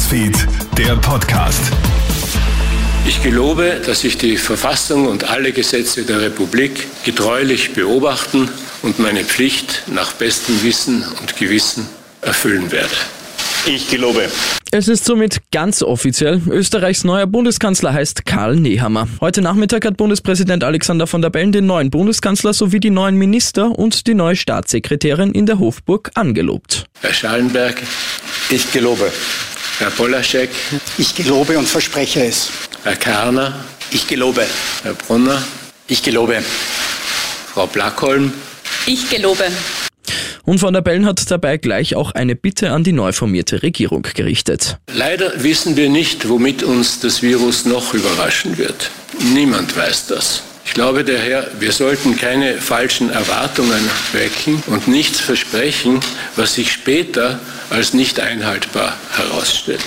Newsfeed, der Podcast. Ich gelobe, dass ich die Verfassung und alle Gesetze der Republik getreulich beobachten und meine Pflicht nach bestem Wissen und Gewissen erfüllen werde. Ich gelobe. Es ist somit ganz offiziell. Österreichs neuer Bundeskanzler heißt Karl Nehammer. Heute Nachmittag hat Bundespräsident Alexander Van der Bellen den neuen Bundeskanzler sowie die neuen Minister und die neue Staatssekretärin in der Hofburg angelobt. Herr Schallenberg. Ich gelobe. Herr Polaschek. Ich gelobe und verspreche es. Herr Karner. Ich gelobe. Herr Brunner. Ich gelobe. Frau Blackholm. Ich gelobe. Und Van der Bellen hat dabei gleich auch eine Bitte an die neu formierte Regierung gerichtet. Leider wissen wir nicht, womit uns das Virus noch überraschen wird. Niemand weiß das. Ich glaube daher, wir sollten keine falschen Erwartungen wecken und nichts versprechen, was sich später als nicht einhaltbar herausstellt.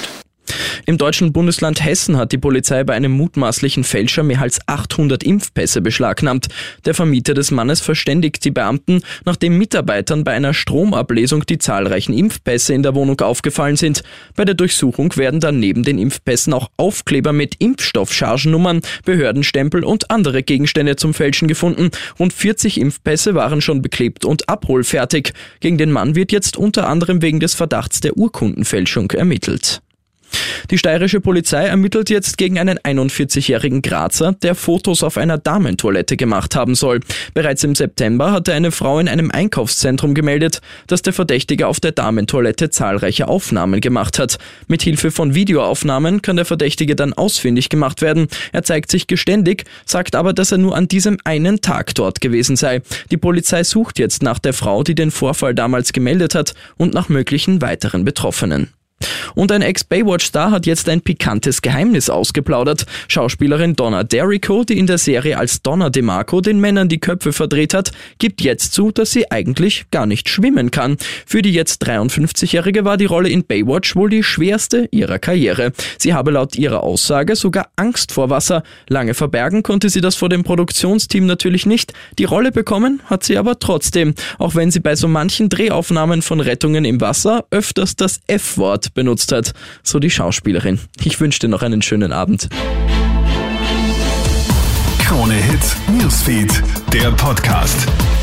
Im deutschen Bundesland Hessen hat die Polizei bei einem mutmaßlichen Fälscher mehr als 800 Impfpässe beschlagnahmt. Der Vermieter des Mannes verständigt die Beamten, nachdem Mitarbeitern bei einer Stromablesung die zahlreichen Impfpässe in der Wohnung aufgefallen sind. Bei der Durchsuchung werden dann neben den Impfpässen auch Aufkleber mit Impfstoffchargennummern, Behördenstempel und andere Gegenstände zum Fälschen gefunden. Rund 40 Impfpässe waren schon beklebt und abholfertig. Gegen den Mann wird jetzt unter anderem wegen des Verdachts der Urkundenfälschung ermittelt. Die steirische Polizei ermittelt jetzt gegen einen 41-jährigen Grazer, der Fotos auf einer Damentoilette gemacht haben soll. Bereits im September hatte eine Frau in einem Einkaufszentrum gemeldet, dass der Verdächtige auf der Damentoilette zahlreiche Aufnahmen gemacht hat. Mit Hilfe von Videoaufnahmen kann der Verdächtige dann ausfindig gemacht werden. Er zeigt sich geständig, sagt aber, dass er nur an diesem einen Tag dort gewesen sei. Die Polizei sucht jetzt nach der Frau, die den Vorfall damals gemeldet hat, und nach möglichen weiteren Betroffenen. Und ein Ex-Baywatch-Star hat jetzt ein pikantes Geheimnis ausgeplaudert. Schauspielerin Donna D'Errico, die in der Serie als Donna DeMarco den Männern die Köpfe verdreht hat, gibt jetzt zu, dass sie eigentlich gar nicht schwimmen kann. Für die jetzt 53-Jährige war die Rolle in Baywatch wohl die schwerste ihrer Karriere. Sie habe laut ihrer Aussage sogar Angst vor Wasser. Lange verbergen konnte sie das vor dem Produktionsteam natürlich nicht. Die Rolle bekommen hat sie aber trotzdem, auch wenn sie bei so manchen Drehaufnahmen von Rettungen im Wasser öfters das F-Wort benutzt hat, so die Schauspielerin. Ich wünsche dir noch einen schönen Abend. Krone Hits Newsfeed, der Podcast.